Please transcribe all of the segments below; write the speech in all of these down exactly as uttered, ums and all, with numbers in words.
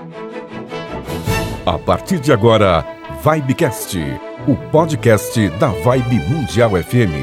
A partir de agora, Vibecast, o podcast da Vibe Mundial F M.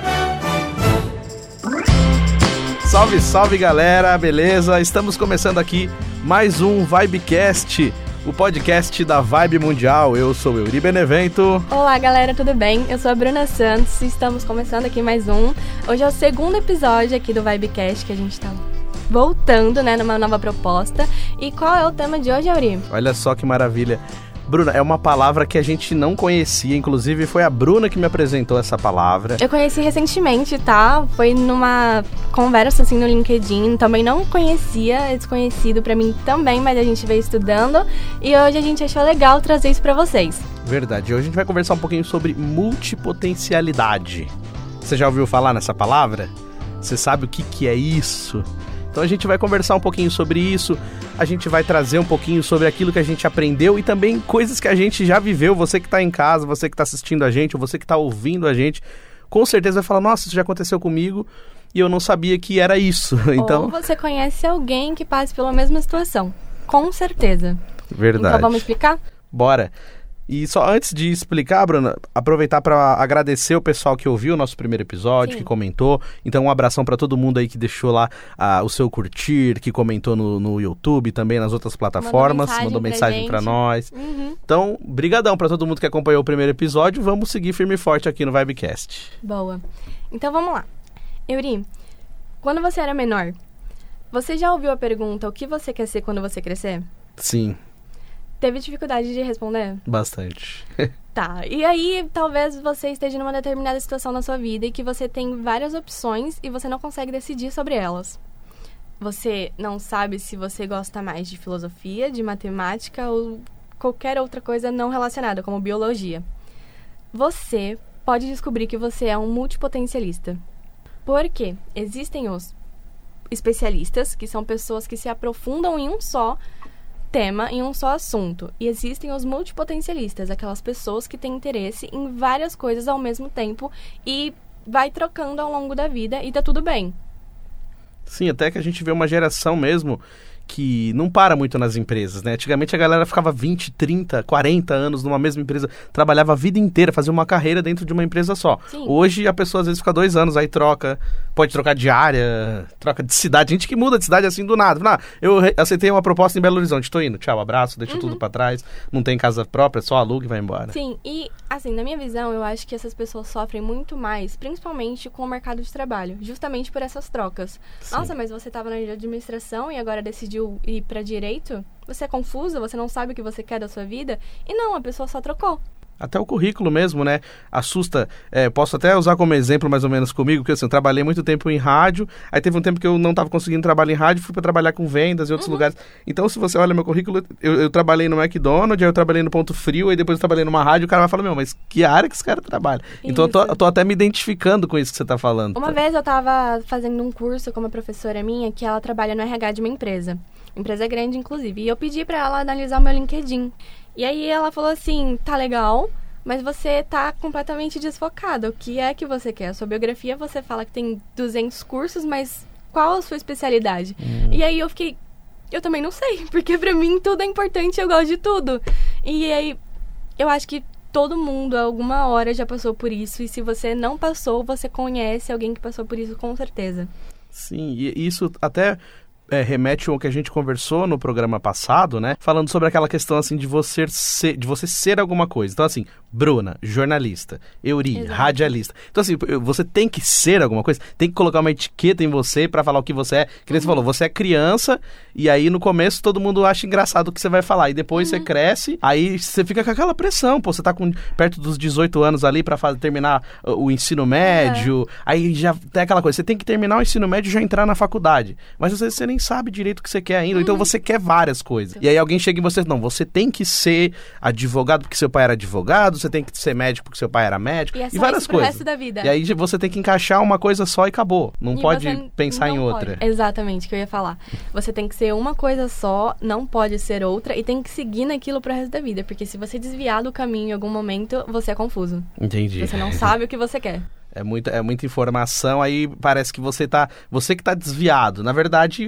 Salve, salve galera, beleza? Estamos começando aqui mais um Vibecast, o podcast da Vibe Mundial. Eu sou o Euri Benevento. Olá galera, tudo bem? Eu sou a Bruna Santos e estamos começando aqui mais um. Hoje é o segundo episódio aqui do Vibecast que a gente tá voltando, né, numa nova proposta. E qual é o tema de hoje, Euri? Olha só que maravilha. Bruna, é uma palavra que a gente não conhecia, inclusive foi a Bruna que me apresentou essa palavra. Eu conheci recentemente, tá? Foi numa conversa assim no LinkedIn, também não conhecia, é desconhecido pra mim também, mas a gente veio estudando e hoje a gente achou legal trazer isso pra vocês. Verdade, hoje a gente vai conversar um pouquinho sobre multipotencialidade. Você já ouviu falar nessa palavra? Você sabe o que, que é isso? Então a gente vai conversar um pouquinho sobre isso, a gente vai trazer um pouquinho sobre aquilo que a gente aprendeu e também coisas que a gente já viveu. Você que está em casa, você que está assistindo a gente, ou você que está ouvindo a gente, com certeza vai falar, nossa, isso já aconteceu comigo e eu não sabia que era isso. Então... Ou você conhece alguém que passe pela mesma situação, com certeza. Verdade. Então vamos explicar? Bora. E só antes de explicar, Bruna, aproveitar para agradecer o pessoal que ouviu o nosso primeiro episódio, Sim. que comentou. Então um abração para todo mundo aí que deixou lá uh, o seu curtir, que comentou no, no YouTube, também nas outras plataformas, mandou mensagem para nós. Uhum. Então, brigadão para todo mundo que acompanhou o primeiro episódio. Vamos seguir firme e forte aqui no Vibecast. Boa. Então vamos lá. Euri, quando você era menor, você já ouviu a pergunta, o que você quer ser quando você crescer? Sim. Teve dificuldade de responder? Bastante. Tá, e aí talvez você esteja numa determinada situação na sua vida e que você tem várias opções e você não consegue decidir sobre elas. Você não sabe se você gosta mais de filosofia, de matemática ou qualquer outra coisa não relacionada, como biologia. Você pode descobrir que você é um multipotencialista. Porque existem os especialistas, que são pessoas que se aprofundam em um só tema, em um só assunto. E existem os multipotencialistas, aquelas pessoas que têm interesse em várias coisas ao mesmo tempo e vai trocando ao longo da vida e tá tudo bem. Sim, até que a gente vê uma geração mesmo que não para muito nas empresas, né? Antigamente a galera ficava vinte, trinta, quarenta anos numa mesma empresa, trabalhava a vida inteira, fazia uma carreira dentro de uma empresa só. Sim. Hoje a pessoa às vezes fica dois anos, aí troca, pode trocar de área, troca de cidade, gente que muda de cidade assim do nada. Ah, eu aceitei uma proposta em Belo Horizonte, tô indo, tchau, abraço, deixa uhum. tudo pra trás, não tem casa própria, só aluga e vai embora. Sim, e assim, na minha visão, eu acho que essas pessoas sofrem muito mais, principalmente com o mercado de trabalho, justamente por essas trocas. Sim. Nossa, mas você tava na administração e agora decidiu ir pra direito? Você é confusa? Você não sabe o que você quer da sua vida? E não, a pessoa só trocou. Até o currículo mesmo, né? Assusta. É, posso até usar como exemplo mais ou menos comigo, porque assim, eu trabalhei muito tempo em rádio, aí teve um tempo que eu não estava conseguindo trabalhar em rádio, fui para trabalhar com vendas em outros uhum. lugares. Então, se você olha meu currículo, eu, eu trabalhei no McDonald's, aí eu trabalhei no Ponto Frio, aí depois eu trabalhei numa rádio, o cara vai falar, meu, mas que área que esse cara trabalha? Isso. Então, eu tô, eu tô até me identificando com isso que você tá falando. Uma tá? vez eu tava fazendo um curso com uma professora minha, que ela trabalha no R H de uma empresa. Empresa grande, inclusive. E eu pedi pra ela analisar o meu LinkedIn. E aí ela falou assim, tá legal, mas você tá completamente desfocado. O que é que você quer? A sua biografia, você fala que tem duzentos cursos, mas qual a sua especialidade? Hum. E aí eu fiquei, eu também não sei, porque pra mim tudo é importante, eu gosto de tudo. E aí, eu acho que todo mundo, alguma hora, já passou por isso. E se você não passou, você conhece alguém que passou por isso, com certeza. Sim, e isso até... É, remete ao que a gente conversou no programa passado, né? Falando sobre aquela questão, assim, de você ser, de você ser alguma coisa. Então, assim, Bruna, jornalista. Euri, Exato. Radialista. Então, assim, você tem que ser alguma coisa. Tem que colocar uma etiqueta em você pra falar o que você é. Que nem uhum. você falou, você é criança e aí no começo todo mundo acha engraçado o que você vai falar. E depois uhum. você cresce, aí você fica com aquela pressão. Pô, você tá com, perto dos dezoito anos ali pra fazer, terminar o ensino médio. Uhum. Aí já tem aquela coisa, você tem que terminar o ensino médio e já entrar na faculdade. Mas às vezes você nem sabe direito o que você quer ainda, uhum. então você quer várias coisas. E aí alguém chega em você, não, você tem que ser advogado porque seu pai era advogado, você tem que ser médico porque seu pai era médico, e, é só e várias isso pro coisas. resto da vida. E aí você tem que encaixar uma coisa só e acabou. Não e pode pensar não em pode. outra. Exatamente, que eu ia falar. Você tem que ser uma coisa só, não pode ser outra, e tem que seguir naquilo pro resto da vida, porque se você desviar do caminho em algum momento, você é confuso. Entendi. Você não sabe o que você quer. É muita, é muita informação, aí parece que você tá, você que tá desviado. Na verdade,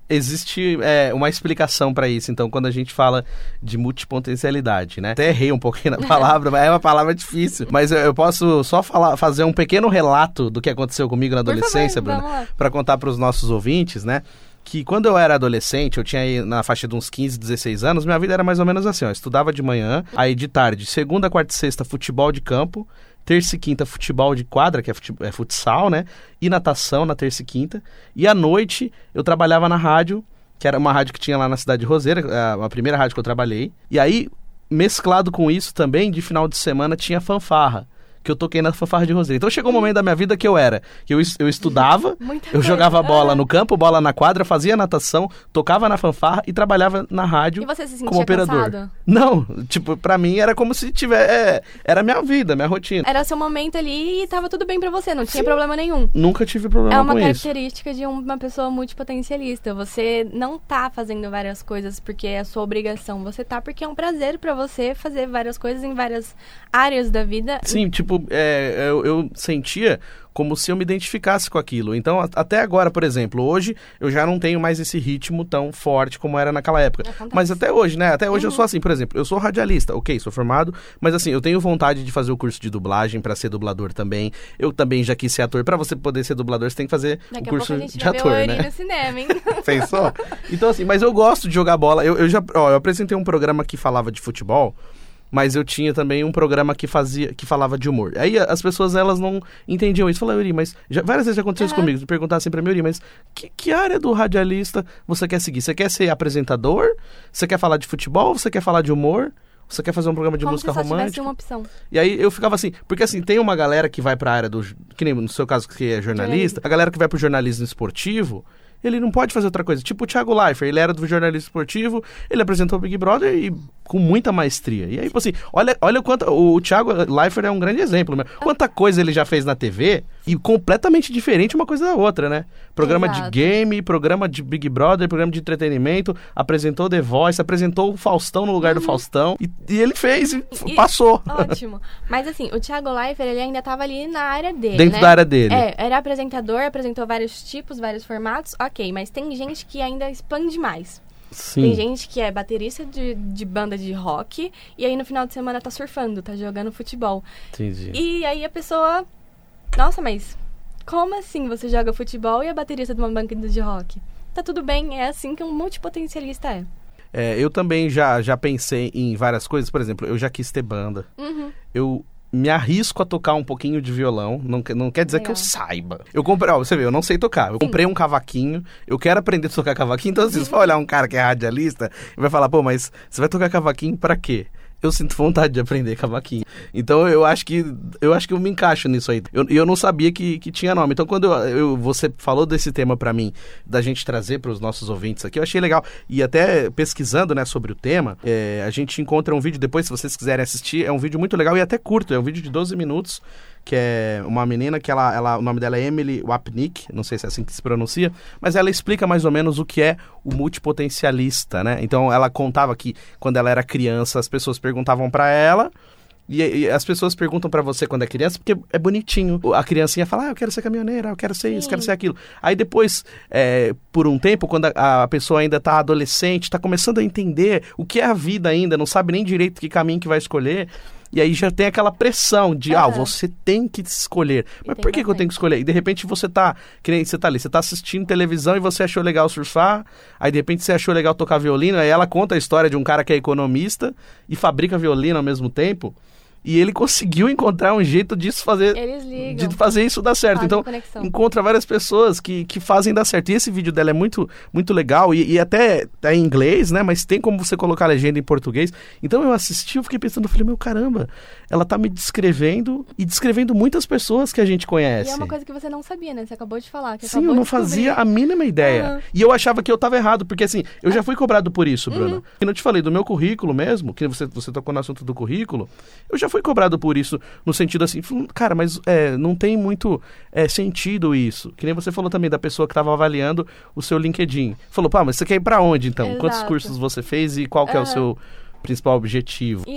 existe é, uma explicação para isso, então, quando a gente fala de multipotencialidade, né? Até errei um pouquinho na palavra, mas é uma palavra difícil. Mas eu, eu posso só falar, fazer um pequeno relato do que aconteceu comigo na adolescência, Por favor, Bruna, para contar para os nossos ouvintes, né? Que quando eu era adolescente, eu tinha aí na faixa de uns quinze, dezesseis anos, minha vida era mais ou menos assim, ó. Eu estudava de manhã, aí de tarde, segunda, quarta e sexta, futebol de campo, terça e quinta, futebol de quadra, que é, fute- é futsal, né? E natação na terça e quinta. E à noite, eu trabalhava na rádio, que era uma rádio que tinha lá na cidade de Roseira, a, a primeira rádio que eu trabalhei. E aí, mesclado com isso também, de final de semana, tinha fanfarra, que eu toquei na fanfarra de Roseira. Então chegou um momento da minha vida que eu era, que eu, eu estudava, Muita eu coisa. jogava bola Ah. no campo, bola na quadra, fazia natação, tocava na fanfarra e trabalhava na rádio E você se sentia como operador. cansado? Não, tipo, pra mim era como se tivesse, é, era a minha vida, minha rotina. Era o seu momento ali e tava tudo bem pra você, não tinha Sim. problema nenhum. Nunca tive problema É uma com isso. característica de uma pessoa multipotencialista. Você não tá fazendo várias coisas porque é a sua obrigação. Você tá porque é um prazer pra você fazer várias coisas em várias áreas da vida. Sim, tipo, é, eu, eu sentia como se eu me identificasse com aquilo. Então, a- até agora, por exemplo, hoje eu já não tenho mais esse ritmo tão forte como era naquela época. Acontece. Mas até hoje, né? Até hoje Uhum. eu sou assim, por exemplo, eu sou radialista, ok, sou formado, mas assim, eu tenho vontade de fazer o curso de dublagem pra ser dublador também. Eu também já quis ser ator. Pra você poder ser dublador, você tem que fazer Daqui o a curso pouco a gente de vai ver o ator, Ori né? no cinema, hein? Pensou? Então, assim, mas eu gosto de jogar bola. Eu, eu já, ó, eu apresentei um programa que falava de futebol, mas eu tinha também um programa que fazia, que falava de humor. Aí as pessoas, elas não entendiam isso. Falaram, Yuri, mas já, várias vezes já aconteceu isso Aham. comigo. De perguntar assim pra mim, Yuri, mas que, que área do radialista você quer seguir? Você quer ser apresentador? Você quer falar de futebol? Você quer falar de humor? Você quer fazer um programa de Como música se só tivesse romântica? uma opção. E aí eu ficava assim, porque assim, tem uma galera que vai pra área do, que nem no seu caso que é jornalista, Jornalismo. a galera que vai pro jornalismo esportivo, ele não pode fazer outra coisa. Tipo o Thiago Leifert, ele era do jornalismo esportivo, ele apresentou o Big Brother e com muita maestria. E aí, tipo assim, olha, olha o quanto, o, o Thiago Leifert é um grande exemplo, né? Quanta coisa ele já fez na T V e completamente diferente uma coisa da outra, né? Programa Exato. de game, programa de Big Brother, programa de entretenimento, apresentou The Voice, apresentou o Faustão no lugar do Faustão e, e ele fez e, f- E- passou. Ótimo. Mas assim, o Thiago Leifert, ele ainda tava ali na área dele, Dentro né? da área dele. É, era apresentador, apresentou vários tipos, vários formatos, ok. Mas tem gente que ainda expande mais. Sim. Tem gente que é baterista de, de banda de rock e aí no final de semana tá surfando, tá jogando futebol. Entendi. E aí a pessoa... Nossa, mas como assim você joga futebol e é baterista de uma banda de rock? Tá tudo bem, é assim que um multipotencialista é. É, eu também já, já pensei em várias coisas. Por exemplo, eu já quis ter banda. Uhum. Eu me arrisco a tocar um pouquinho de violão. Não, que- não quer dizer que eu Legal. saiba. Eu comprei, ó, você vê, eu não sei tocar. Eu comprei um cavaquinho. Eu quero aprender a tocar cavaquinho. Então, se você for olhar um cara que é radialista, e vai falar, pô, mas você vai tocar cavaquinho pra quê? Eu sinto vontade de aprender cavaquinho. Então eu acho que eu acho que eu me encaixo nisso aí. Eu, eu não sabia que, que tinha nome. Então quando eu, eu- você falou desse tema pra mim, da gente trazer para os nossos ouvintes aqui, eu achei legal. E até pesquisando, né, sobre o tema, é, a gente encontra um vídeo depois, se vocês quiserem assistir, é um vídeo muito legal e até curto. É um vídeo de doze minutos, que é uma menina que ela, ela, o nome dela é Emily Wapnick, não sei se é assim que se pronuncia, mas ela explica mais ou menos o que é o multipotencialista, né? Então ela contava que quando ela era criança, as pessoas perguntavam pra ela, e, e as pessoas perguntam pra você quando é criança, porque é bonitinho. A criancinha fala, ah, eu quero ser caminhoneira, eu quero ser isso, Sim. quero ser aquilo. Aí depois, é, por um tempo, quando a, a pessoa ainda tá adolescente, tá começando a entender o que é a vida ainda, não sabe nem direito que caminho que vai escolher, e aí já tem aquela pressão de, ah, Aham. você tem que escolher. Mas tem por que, que eu bastante. tenho que escolher? E de repente você tá, que nem você tá ali, você tá assistindo televisão e você achou legal surfar, aí de repente você achou legal tocar violino, aí ela conta a história de um cara que é economista e fabrica violino ao mesmo tempo, e ele conseguiu encontrar um jeito disso fazer, Eles ligam. de fazer isso dar certo. Fazem Então, conexão. encontra várias pessoas que, que fazem dar certo. E esse vídeo dela é muito, muito legal. E, e até tá em inglês, né? Mas tem como você colocar a legenda em português. Então eu assisti, eu fiquei pensando, eu falei, meu caramba, ela tá me descrevendo e descrevendo muitas pessoas que a gente conhece. E é uma coisa que você não sabia, né? Você acabou de falar. Que Sim, acabou eu não de descobrir. fazia a mínima ideia. Aham. E eu achava que eu tava errado, porque assim, eu já fui cobrado por isso, Bruno. Uhum. E não te falei, do meu currículo mesmo, que você, você tocou no assunto do currículo, eu já fui cobrado por isso, no sentido assim, falando, cara, mas é, não tem muito é, sentido isso. Que nem você falou também da pessoa que tava avaliando o seu LinkedIn. Falou, pá, mas você quer ir pra onde então? Exato. Quantos cursos você fez e qual que é o Aham. seu principal objetivo? E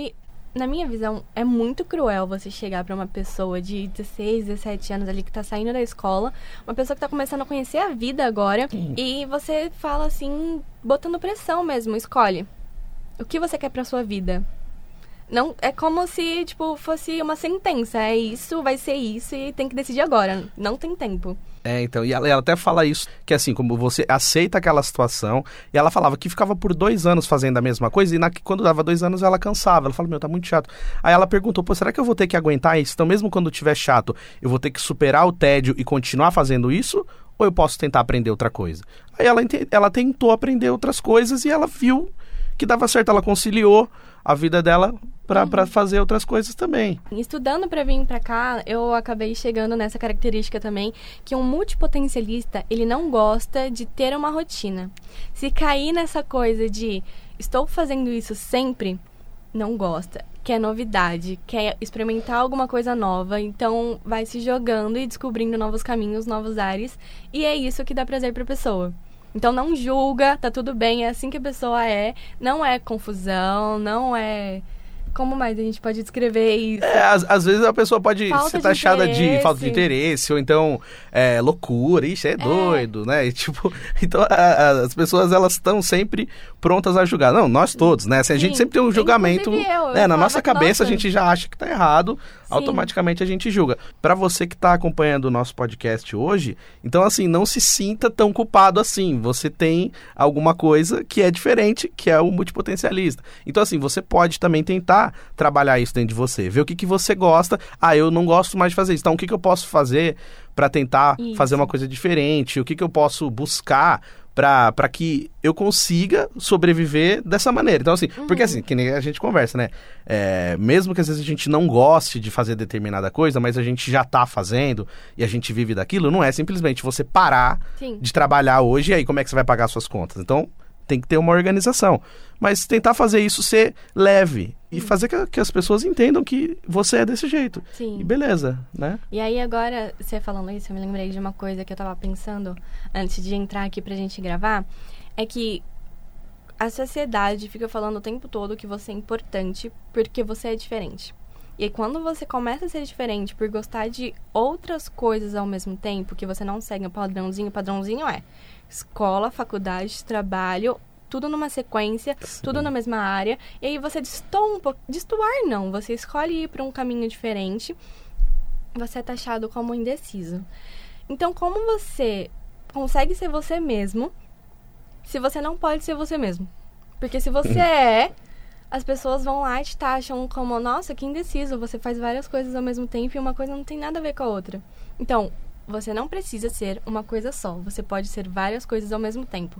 na minha visão, é muito cruel você chegar pra uma pessoa de dezesseis, dezessete anos ali que tá saindo da escola, uma pessoa que tá começando a conhecer a vida agora, Sim. e você fala assim, botando pressão mesmo, escolhe. O que você quer pra sua vida? Não, é como se, tipo, fosse uma sentença. É isso, vai ser isso e tem que decidir agora. Não tem tempo. É, então, e ela, ela até fala isso, que assim, como você aceita aquela situação, e ela falava que ficava por dois anos fazendo a mesma coisa, e na, quando dava dois anos ela cansava, ela falou, meu, tá muito chato. Aí ela perguntou, pô, será que eu vou ter que aguentar isso? Então, mesmo quando tiver chato, eu vou ter que superar o tédio e continuar fazendo isso? Ou eu posso tentar aprender outra coisa? Aí ela, ela tentou aprender outras coisas e ela viu que dava certo, ela conciliou a vida dela para uhum. fazer outras coisas também. Estudando para vir para cá, eu acabei chegando nessa característica também, que um multipotencialista, ele não gosta de ter uma rotina. Se cair nessa coisa de estou fazendo isso sempre, não gosta. Quer novidade, quer experimentar alguma coisa nova, então vai se jogando e descobrindo novos caminhos, novos ares, e é isso que dá prazer para a pessoa. Então não julga, tá tudo bem, é assim que a pessoa é. Não é confusão, não é... Como mais a gente pode descrever isso? É, às, às vezes a pessoa pode falta ser taxada de, de falta de interesse, ou então é, loucura, isso é, é doido, né? E, tipo, então a, a, as pessoas, elas estão sempre prontas a julgar. Não, nós todos, né? Assim, a Sim. gente sempre tem um julgamento, eu, né? eu Na nossa cabeça nossa. a gente já acha que tá errado, Sim. automaticamente a gente julga. Pra você que tá acompanhando o nosso podcast hoje, então assim, não se sinta tão culpado assim. Você tem alguma coisa que é diferente, que é o multipotencialista. Então assim, você pode também tentar trabalhar isso dentro de você, ver o que, que você gosta. Ah, eu não gosto mais de fazer isso, então o que, que eu posso fazer para tentar isso. fazer uma coisa diferente? O que, que eu posso buscar para que eu consiga sobreviver dessa maneira? Então assim, uhum. porque assim, que nem a gente conversa, né? É, mesmo que às vezes a gente não goste de fazer determinada coisa, mas a gente já tá fazendo e a gente vive daquilo, não é simplesmente você parar Sim. de trabalhar hoje e aí como é que você vai pagar suas contas? Então tem que ter uma organização. Mas tentar fazer isso ser leve e fazer que, que as pessoas entendam que você é desse jeito. Sim. E beleza, né? E aí agora, você falando isso, eu me lembrei de uma coisa que eu tava pensando antes de entrar aqui pra gente gravar, é que a sociedade fica falando o tempo todo que você é importante porque você é diferente. E aí, quando você começa a ser diferente por gostar de outras coisas ao mesmo tempo, que você não segue um padrãozinho, o padrãozinho é escola, faculdade, trabalho, tudo numa sequência, Sim. tudo na mesma área, e aí você destoa um pouco, destoar não, você escolhe ir para um caminho diferente, você é taxado como indeciso. Então, como você consegue ser você mesmo, se você não pode ser você mesmo? Porque se você é... as pessoas vão lá e te taxam como, nossa, que indeciso, você faz várias coisas ao mesmo tempo e uma coisa não tem nada a ver com a outra. Então, você não precisa ser uma coisa só, você pode ser várias coisas ao mesmo tempo.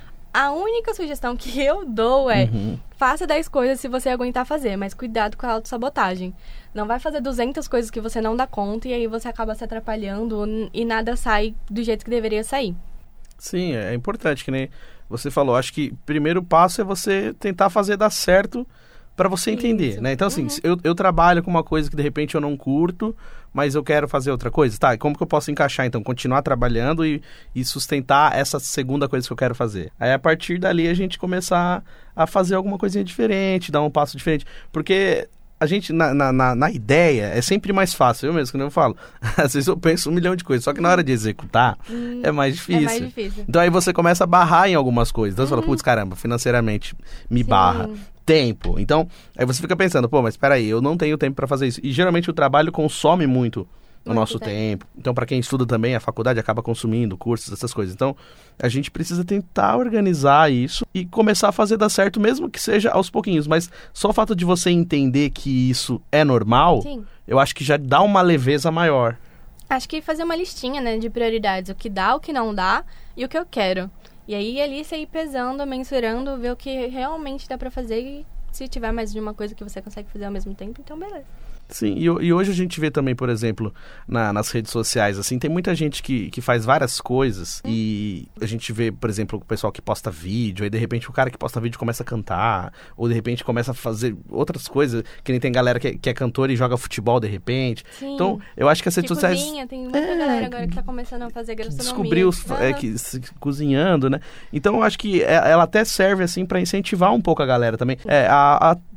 A única sugestão que eu dou é, uhum. faça dez coisas se você aguentar fazer, mas cuidado com a autossabotagem. Não vai fazer duzentas coisas que você não dá conta e aí você acaba se atrapalhando e nada sai do jeito que deveria sair. Sim, é importante, que nem você falou. Acho que o primeiro passo é você tentar fazer dar certo para você entender, Isso. né? Então, assim, uhum. eu, eu trabalho com uma coisa que de repente eu não curto, mas eu quero fazer outra coisa. Tá, e como que eu posso encaixar, então? Continuar trabalhando e, e sustentar essa segunda coisa que eu quero fazer. Aí, a partir dali, a gente começar a fazer alguma coisinha diferente, dar um passo diferente. Porque... a gente, na, na, na ideia, é sempre mais fácil. Eu mesmo, quando eu falo, às vezes eu penso um milhão de coisas, só que na hora de executar, hum, é mais difícil. É mais difícil. Então aí você começa a barrar em algumas coisas. Então você uhum. fala, putz, caramba, financeiramente me Sim. barra. Tempo. Então, aí você fica pensando, pô, mas peraí, eu não tenho tempo pra fazer isso. E geralmente o trabalho consome muito o muito nosso tempo. tempo. Então, para quem estuda também, a faculdade acaba consumindo cursos, essas coisas. Então, a gente precisa tentar organizar isso e começar a fazer dar certo, mesmo que seja aos pouquinhos. Mas só o fato de você entender que isso é normal, Sim. eu acho que já dá uma leveza maior. Acho que fazer uma listinha, né, de prioridades. O que dá, o que não dá e o que eu quero. E aí, ali, você ir pesando, mensurando, ver o que realmente dá pra fazer e se tiver mais de uma coisa que você consegue fazer ao mesmo tempo, então beleza. Sim, e, e hoje a gente vê também, por exemplo, na, nas redes sociais, assim, tem muita gente que, que faz várias coisas hum. e a gente vê, por exemplo, o pessoal que posta vídeo, aí de repente o cara que posta vídeo começa a cantar, ou de repente começa a fazer outras coisas, que nem tem galera que, que é cantora e joga futebol de repente. Sim. Então, eu acho que as redes que sociais... cozinha, tem muita é, galera agora que tá começando a fazer gastronomia. Descobriu, uhum. é, que, se, cozinhando, né? Então, eu acho que ela até serve, assim, pra incentivar um pouco a galera também. É, a, a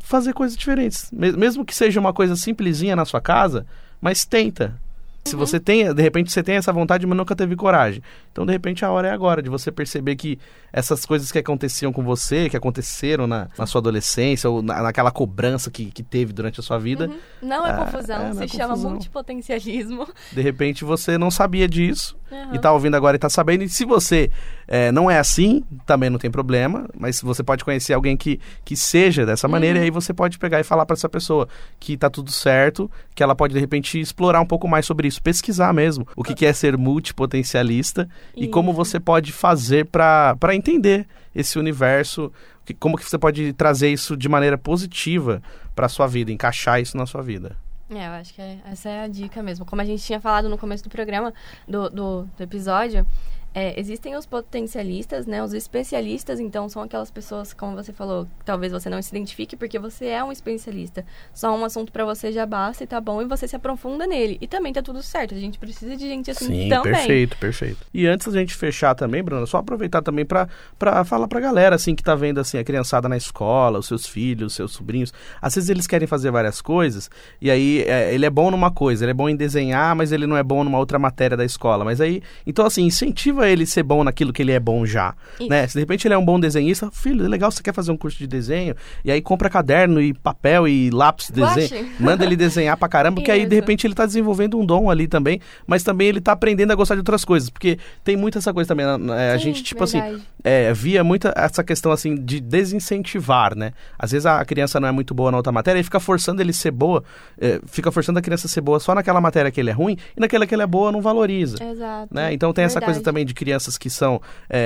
fazer coisas diferentes. Mesmo que seja uma coisa simplesinha na sua casa, mas tenta. Se você tem, de repente você tem essa vontade, mas nunca teve coragem. Então, de repente, a hora é agora de você perceber que essas coisas que aconteciam com você, que aconteceram na, na sua adolescência, ou na, naquela cobrança que, que teve durante a sua vida... Uhum. Não é confusão, é, é, se é chama confusão. multipotencialismo. De repente, você não sabia disso, Uhum. e tá ouvindo agora e tá sabendo. E se você é, não é assim, também não tem problema, mas você pode conhecer alguém que, que seja dessa maneira, Uhum. e aí você pode pegar e falar pra essa pessoa que tá tudo certo, que ela pode, de repente, explorar um pouco mais sobre isso, pesquisar mesmo o que, que é ser multipotencialista e Isso. como você pode fazer pra pra entender esse universo, que, como que você pode trazer isso de maneira positiva pra sua vida, encaixar isso na sua vida. É, eu acho que é- essa é a dica mesmo. Como a gente tinha falado no começo do programa, do, do, do episódio, é, existem os potencialistas, né? Os especialistas, então, são aquelas pessoas, como você falou, que talvez você não se identifique porque você é um especialista. Só um assunto pra você já basta e tá bom, e você se aprofunda nele. E também tá tudo certo, a gente precisa de gente assim Sim, também. perfeito, perfeito. E antes da gente fechar também, Bruna, só aproveitar também pra, pra falar pra galera, assim, que tá vendo, assim, a criançada na escola, os seus filhos, os seus sobrinhos. Às vezes eles querem fazer várias coisas, e aí é, ele é bom numa coisa, ele é bom em desenhar, mas ele não é bom numa outra matéria da escola. Mas aí, então assim, incentiva ele a ser bom naquilo que ele é bom já, Isso. né? Se de repente ele é um bom desenhista, filho, é legal, você quer fazer um curso de desenho, e aí compra caderno e papel e lápis de Guache. desenho, manda ele desenhar pra caramba, porque aí de Isso. repente ele tá desenvolvendo um dom ali também, mas também ele tá aprendendo a gostar de outras coisas, porque tem muito essa coisa também, né? A Sim, gente, tipo assim, verdade. é, via muita essa questão assim de desincentivar, né? Às vezes a criança não é muito boa na outra matéria e fica forçando ele ser boa, é, fica forçando a criança a ser boa só naquela matéria que ele é ruim e naquela que ele é boa não valoriza. Exato. Né? Então tem essa Verdade. coisa também de crianças que são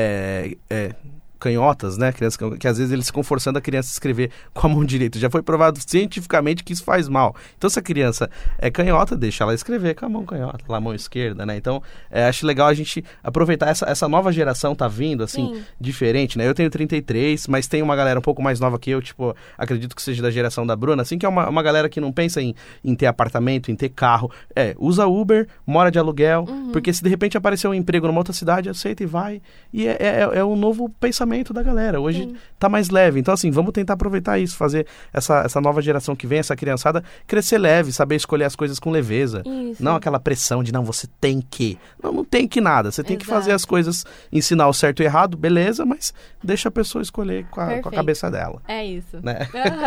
é, é, canhotas, né? Crianças que, que às vezes eles ficam forçando a criança a escrever com a mão direita. Já foi provado cientificamente que isso faz mal. Então se a criança é canhota, deixa ela escrever com a mão canhota, com a mão esquerda, né? Então é, acho legal a gente aproveitar essa, essa nova geração tá vindo, assim, Sim. diferente, né? Eu tenho trinta e três, mas tem uma galera um pouco mais nova que eu, tipo, acredito que seja da geração da Bruna, assim, que é uma, uma galera que não pensa em, em ter apartamento, em ter carro. É, usa Uber, mora de aluguel, porque se de repente aparecer um emprego numa outra cidade, aceita e vai. E é, é, é um novo pensamento da galera. Hoje Sim. tá mais leve. Então, assim, vamos tentar aproveitar isso, fazer essa, essa nova geração que vem, essa criançada, crescer leve, saber escolher as coisas com leveza. Isso. Não aquela pressão de, não, você tem que. Não, não tem que nada. Você tem que Exato. fazer as coisas, ensinar o certo e o errado, beleza, mas deixa a pessoa escolher com a, com a Perfeito. cabeça dela. É isso. Né?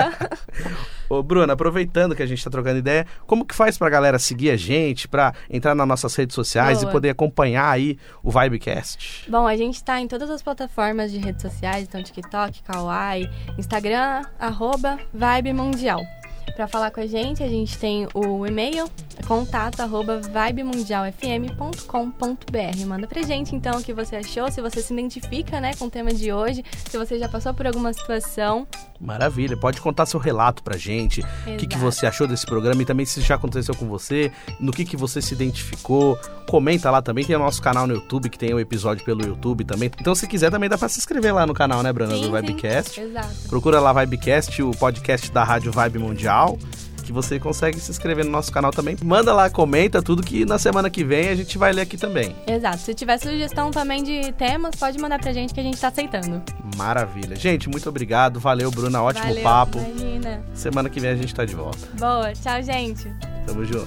Aham. Ô, Bruna, aproveitando que a gente tá trocando ideia, como que faz pra galera seguir a gente, pra entrar nas nossas redes sociais Boa. e poder acompanhar aí o Vibecast? Bom, a gente tá em todas as plataformas de redes sociais, então TikTok, Kawaii, Instagram, arroba Vibe Mundial. Pra falar com a gente, a gente tem o e-mail, contato, arroba vibemundialfm ponto com ponto br. Manda pra gente, então, o que você achou, se você se identifica, né, com o tema de hoje, se você já passou por alguma situação. Maravilha, pode contar seu relato pra gente, o que, que Exato. você achou desse programa e também se já aconteceu com você, no que, que você se identificou, comenta lá também, tem o nosso canal no YouTube, que tem o episódio pelo YouTube também, então se quiser também dá pra se inscrever lá no canal, né, Bruna, Sim, do Vibecast, sim. Exato. procura lá Vibecast, o podcast da Rádio Vibe Mundial, que você consegue se inscrever no nosso canal também, manda lá, comenta tudo que na semana que vem a gente vai ler aqui também. Exato. Se tiver sugestão também de temas, pode mandar pra gente que a gente tá aceitando. Maravilha. Gente, muito obrigado, valeu, Bruna, ótimo Valeu, papo. Imagina. Semana que vem a gente tá de volta. Boa. Tchau, gente. Tamo junto.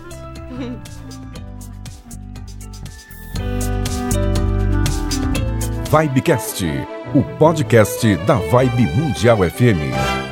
Vibecast, o podcast da Vibe Mundial F M.